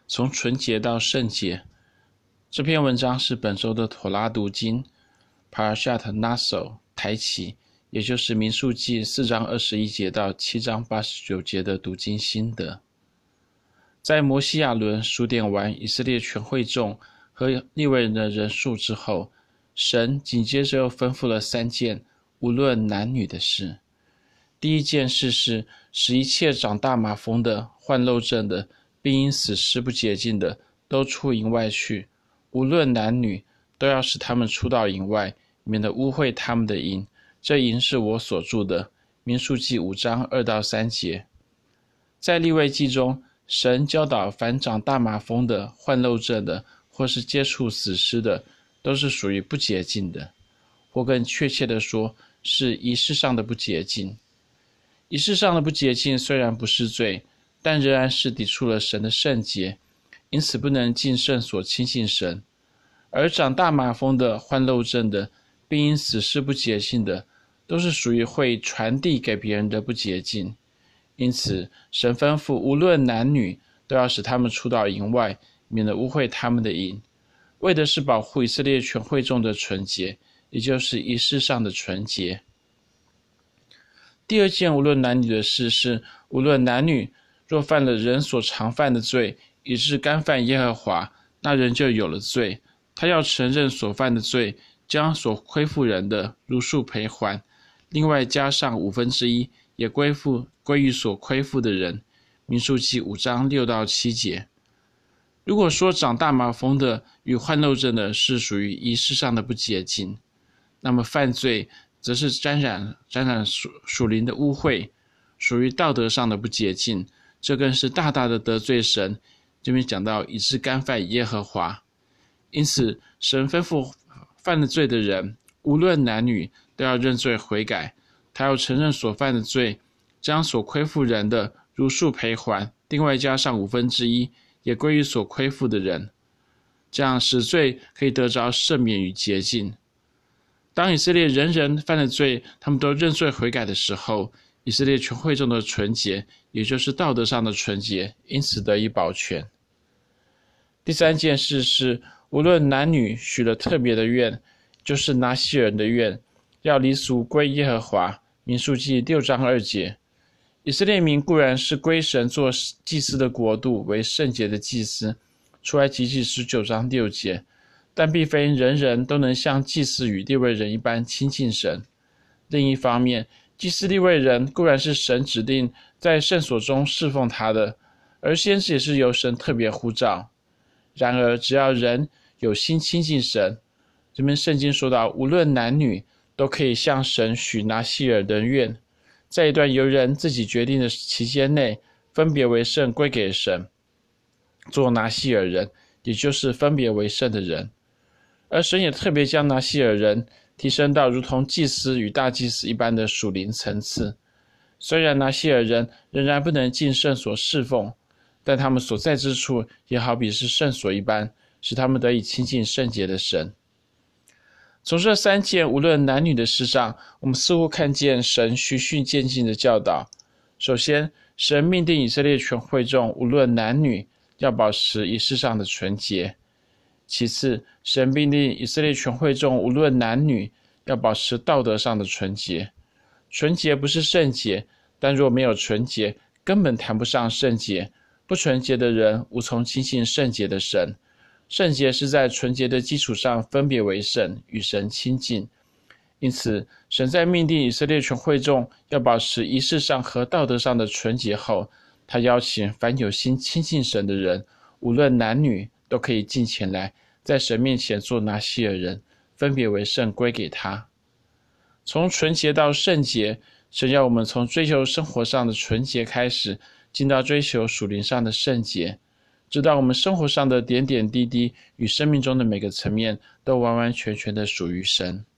从纯洁到圣洁。这篇文章是本周的妥拉读经 Parashat Naso 台起，也就是民数记4章21节到7章89节的读经心得。在摩西亚伦数点完以色列全会众和利未人的人数之后，神紧接着又吩咐了3件无论男女的事。第一件事是使一切长大麻风的、患漏症的，并因死尸不洁净的，都出营外去，无论男女，都要使他们出到营外，免得污秽他们的营。这营是我所住的。民数记5章2到3节。在利未记中，神教导凡长大麻风的、患漏症的，或是接触死尸的，都是属于不洁净的，或更确切地说，是仪式上的不洁净。仪式上的不洁净虽然不是罪，但仍然是抵触了神的圣洁，因此不能进圣所亲近神。而长大麻风的、患漏症的，并因死尸不洁净的，都是属于会传递给别人的不洁净。因此神吩咐无论男女，都要使他们出到营外，免得污秽他们的营，为的是保护以色列全会众的纯洁，也就是仪式上的纯洁。第二件无论男女的事是，无论男女若犯了人所常犯的罪，以致干犯耶和华，那人就有了罪。他要承认所犯的罪，将所亏负人的如数赔还，另外加上1/5，也归于所亏负的人。民数记5章6到7节。如果说长大麻风的与患漏症的是属于仪式上的不洁净，那么犯罪则是沾染属灵的污秽，属于道德上的不洁净，这更是大大的得罪神。这边讲到以致干犯耶和华，因此神吩咐犯了罪的人，无论男女，都要认罪悔改。他要承认所犯的罪，将所亏负人的如数赔还，另外加上1/5，也归于所亏负的人，这样使罪可以得着赦免与洁净。当以色列人人犯了罪，他们都认罪悔改的时候，以色列全会众的纯洁，也就是道德上的纯洁，因此得以保全。第三件事是，无论男女许了特别的愿，就是拿西尔人的愿，要离俗归耶和华。民数记6章2节。以色列民固然是归神做祭司的国度，为圣洁的祭司，出埃及记19章6节，但并非人人都能像祭司与利未人一般亲近神。另一方面，祭司利未人固然是神指定在圣所中侍奉他的，而先知也是由神特别呼召。然而只要人有心亲近神，这边圣经说到无论男女都可以向神许拿西尔的愿，在一段由人自己决定的期间内，分别为圣归给神，做拿西尔人，也就是分别为圣的人。而神也特别将拿西尔人提升到如同祭司与大祭司一般的属灵层次。虽然拿西尔人仍然不能进圣所侍奉，但他们所在之处也好比是圣所一般，使他们得以亲近圣洁的神。从这3件无论男女的事上，我们似乎看见神循序渐进的教导。首先，神命定以色列全会众无论男女要保持仪式上的纯洁。其次，神命令以色列全会众无论男女要保持道德上的纯洁。纯洁不是圣洁，但若没有纯洁，根本谈不上圣洁。不纯洁的人无从亲近圣洁的神。圣洁是在纯洁的基础上分别为圣，与神亲近。因此，神在命定以色列全会众要保持仪式上和道德上的纯洁后，他邀请凡有心亲近神的人，无论男女，都可以进前来，在神面前做拿西尔人，分别为圣归给他。从纯洁到圣洁，神要我们从追求生活上的纯洁开始，进到追求属灵上的圣洁，直到我们生活上的点点滴滴与生命中的每个层面都完完全全的属于神。